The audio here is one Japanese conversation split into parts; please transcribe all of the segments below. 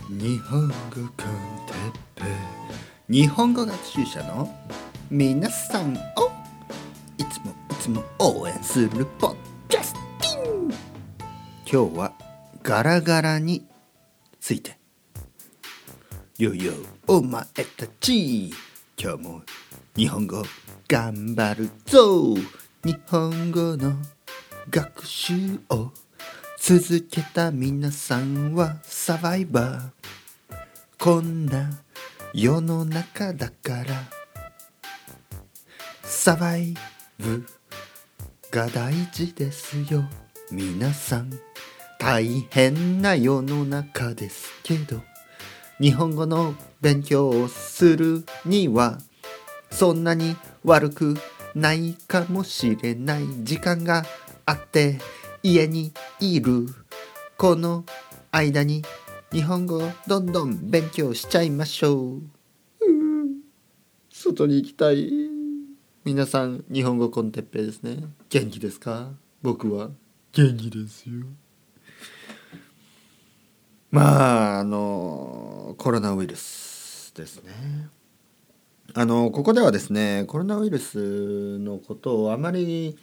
日本語コンテッペ日本語学習者の皆さんをいつも応援するポッキャスティング。今日はガラガラについて。よよお前たち、今日も日本語頑張るぞ。日本語の学習を続けた皆さんはサバイバー。こんな世の中だからサバイブが大事ですよ。皆さん大変な世の中ですけど、日本語の勉強をするにはそんなに悪くないかもしれない。時間があって家にいるこの間に日本語をどんどん勉強しちゃいましょう。外に行きたい。皆さん日本語コンテッペイですね。元気ですか？僕は元気ですよ。コロナウイルスですね。ここではですね、コロナウイルスのことをあまり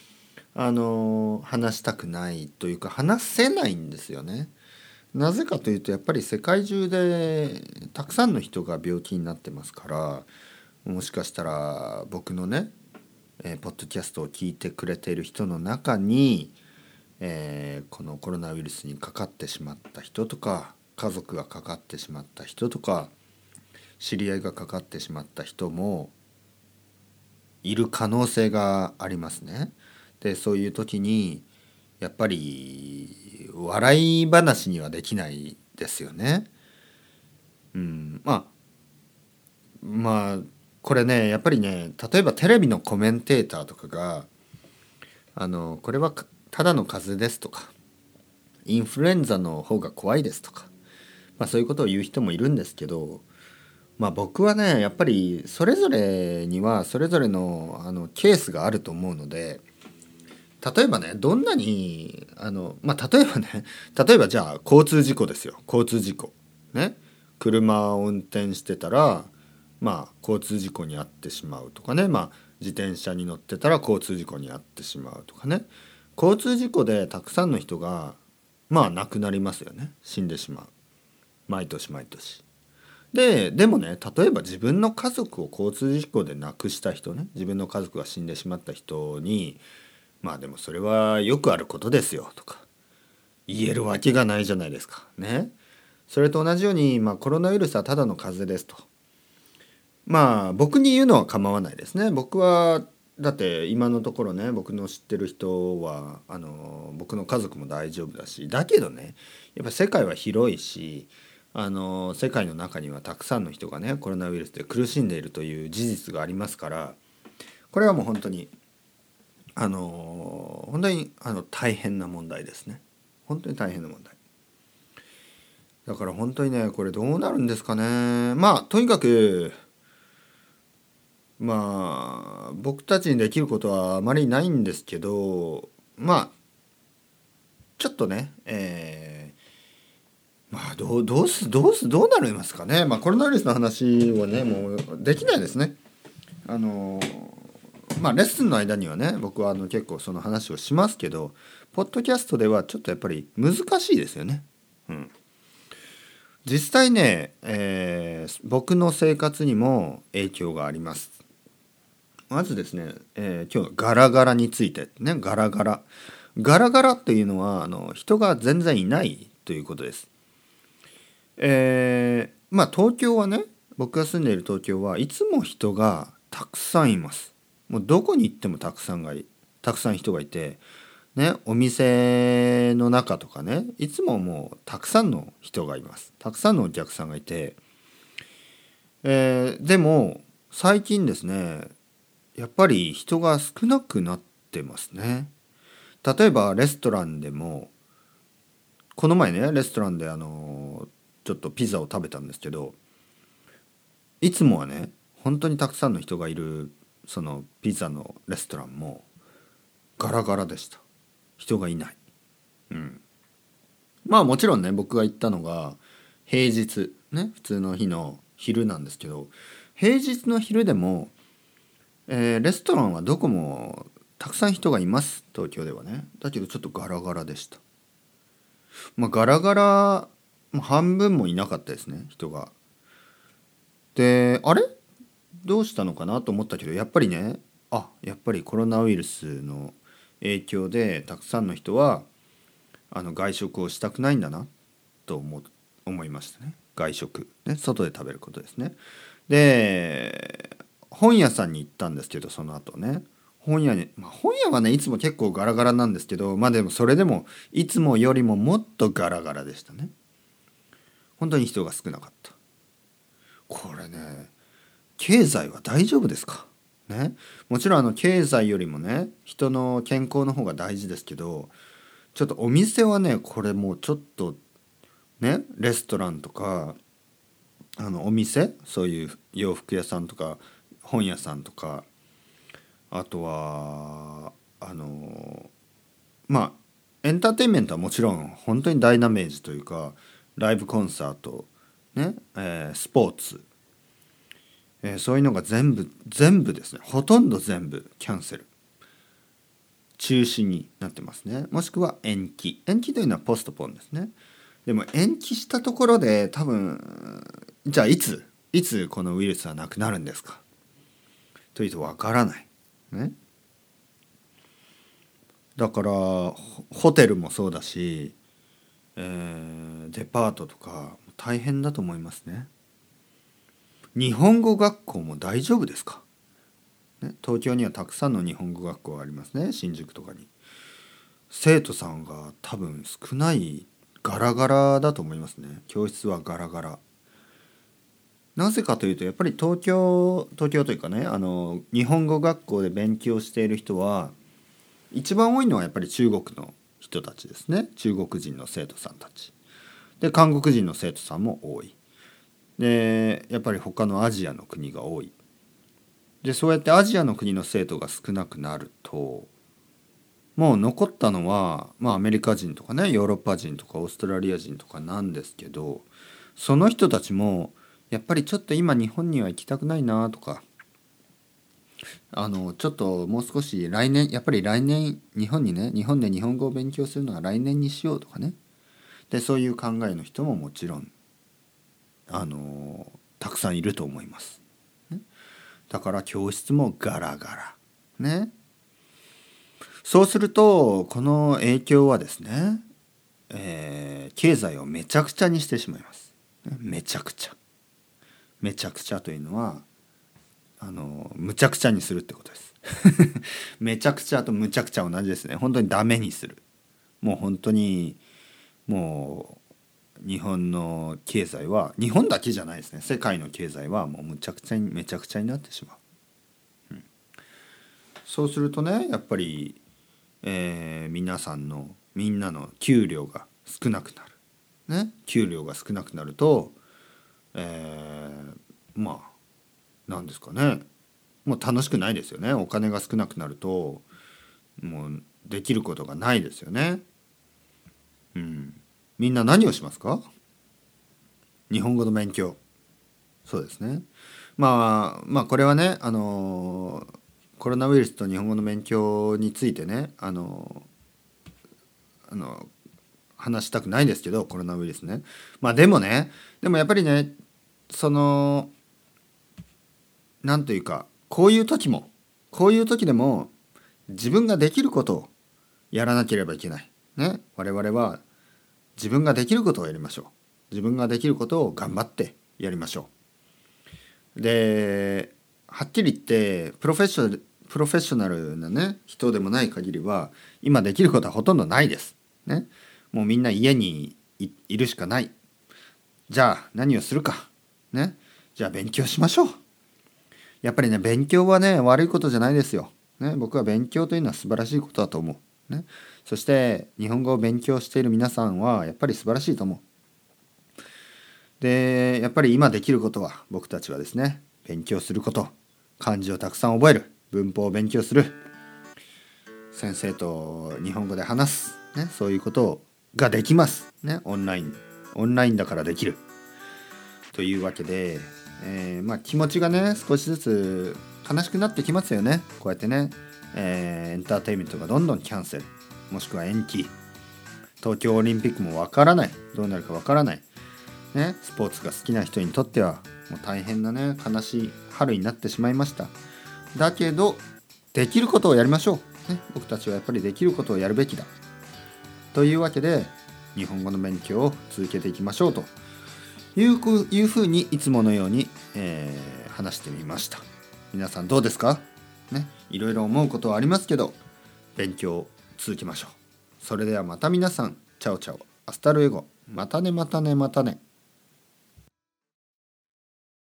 話したくないというか話せないんですよね。なぜかというと、やっぱり世界中でたくさんの人が病気になってますから、もしかしたら僕のね、ポッドキャストを聞いてくれている人の中に、このコロナウイルスにかかってしまった人とか、家族がかかってしまった人とか、知り合いがかかってしまった人もいる可能性がありますね。で、そういう時にやっぱり笑い話にはできないですよね。これね、やっぱりね、例えばテレビのコメンテーターとかがこれはただの風邪ですとか、インフルエンザの方が怖いですとか、そういうことを言う人もいるんですけど、僕はね、やっぱりそれぞれにはそれぞれのケースがあると思うので、例えばね、どんなに例えばじゃあ交通事故ですよ。交通事故ね、車を運転してたら交通事故に遭ってしまうとかね、自転車に乗ってたら交通事故に遭ってしまうとかね、交通事故でたくさんの人が亡くなりますよね。死んでしまう、毎年毎年。でもね、例えば自分の家族を交通事故で亡くした人ね、自分の家族が死んでしまった人にでもそれはよくあることですよとか言えるわけがないじゃないですかね。それと同じように、コロナウイルスはただの風邪ですと僕に言うのは構わないですね。僕はだって今のところね、僕の知ってる人は僕の家族も大丈夫だし、だけどね、やっぱり世界は広いし、世界の中にはたくさんの人がね、コロナウイルスで苦しんでいるという事実がありますから、これはもう本当に大変な問題ですね。本当に大変な問題だから、本当にね、これどうなるんですかね。とにかく僕たちにできることはあまりないんですけど、ちょっとね、どうなりますかね。コロナウイルスの話はね、もうできないですね。レッスンの間にはね、僕は結構その話をしますけど、ポッドキャストではちょっとやっぱり難しいですよね。実際ね、僕の生活にも影響があります。まずですね、今日ガラガラについてね。ガラガラっていうのは人が全然いないということです。東京はね、僕が住んでいる東京はいつも人がたくさんいます。もうどこに行ってもたくさん人がいてね、お店の中とかね、いつももうたくさんの人がいます。たくさんのお客さんがいて、でも最近ですね、やっぱり人が少なくなってますね。例えばレストランでも、この前ね、レストランでちょっとピザを食べたんですけど、いつもはね、本当にたくさんの人がいるそのピザのレストランもガラガラでした。人がいない。もちろんね、僕が行ったのが平日ね、普通の日の昼なんですけど、平日の昼でも、レストランはどこもたくさん人がいます、東京ではね。だけどちょっとガラガラでした。ガラガラ、半分もいなかったですね、人が。で、あれどうしたのかなと思ったけど、やっぱりね、やっぱりコロナウイルスの影響でたくさんの人は外食をしたくないんだなと思いましたね。外食ね、外で食べることですね。で、本屋さんに行ったんですけど、その後ね、本屋に、本屋はねいつも結構ガラガラなんですけど、でもそれでもいつもよりももっとガラガラでしたね。本当に人が少なかった。これね、経済は大丈夫ですかね。もちろん経済よりもね、人の健康の方が大事ですけど、ちょっとお店はね、これもうちょっとね、レストランとかお店、そういう洋服屋さんとか本屋さんとか、あとはエンターテインメントはもちろん本当にダイナメージというか、ライブコンサートね、スポーツ、そういうのが全部ですね、ほとんど全部キャンセル、中止になってますね。もしくは延期というのはポストポンですね。でも延期したところで多分、じゃあいつこのウイルスはなくなるんですかというとわからないね。だからホテルもそうだし、デパートとか大変だと思いますね。日本語学校も大丈夫ですか、ね、東京にはたくさんの日本語学校がありますね、新宿とかに。生徒さんが多分少ない、ガラガラだと思いますね。教室はガラガラ。なぜかというと、やっぱり東京というかね、日本語学校で勉強している人は一番多いのはやっぱり中国の人たちですね。中国人の生徒さんたちで、韓国人の生徒さんも多い。でやっぱり他のアジアの国が多い。でそうやってアジアの国の生徒が少なくなると、もう残ったのは、アメリカ人とかね、ヨーロッパ人とかオーストラリア人とかなんですけど、その人たちもやっぱりちょっと今日本には行きたくないなとか、ちょっともう少し来年、やっぱり来年日本で日本語を勉強するのは来年にしようとかね。でそういう考えの人ももちろんたくさんいると思います。だから教室もガラガラね。そうするとこの影響はですね、経済をめちゃくちゃにしてしまいます。めちゃくちゃというのはむちゃくちゃにするってことですめちゃくちゃとむちゃくちゃ同じですね。本当にダメにする。もう本当に、もう日本の経済は、日本だけじゃないですね、世界の経済はもうめちゃくちゃになってしまう、そうするとね、やっぱり、みんなの給料が少なくなるね。給料が少なくなると、なんですかね、もう楽しくないですよね。お金が少なくなるともうできることがないですよね。みんな何をしますか？日本語の勉強。そうですね。これはね、コロナウイルスと日本語の勉強についてね、話したくないですけど、コロナウイルスね。でもやっぱりね、なんというか、こういう時でも自分ができることをやらなければいけないね。我々は自分ができることをやりましょう。自分ができることを頑張ってやりましょう。で、はっきり言ってプロフェッショナルなね人でもない限りは今できることはほとんどないですね。もうみんな家にいるしかない。じゃあ何をするかね。じゃあ勉強しましょう。やっぱりね、勉強はね悪いことじゃないですよ、ね。僕は勉強というのは素晴らしいことだと思う、ね。そして日本語を勉強している皆さんはやっぱり素晴らしいと思う。でやっぱり今できることは、僕たちはですね、勉強すること、漢字をたくさん覚える、文法を勉強する、先生と日本語で話す、ね、そういうことができます、ね。オンラインだからできる。 というわけで、気持ちがね少しずつ悲しくなってきますよね。こうやってね、エンターテインメントがどんどんキャンセルもしくは延期、東京オリンピックもわからない、どうなるかわからない、ね、スポーツが好きな人にとってはもう大変なね悲しい春になってしまいました。だけどできることをやりましょう、ね、僕たちはやっぱりできることをやるべきだというわけで、日本語の勉強を続けていきましょうというふうにいつものように、話してみました。皆さんどうですかね。いろいろ思うことはありますけど勉強を続けましょう。それではまた皆さん、チャオチャオ、アスタルエゴ、またねまたねまたね。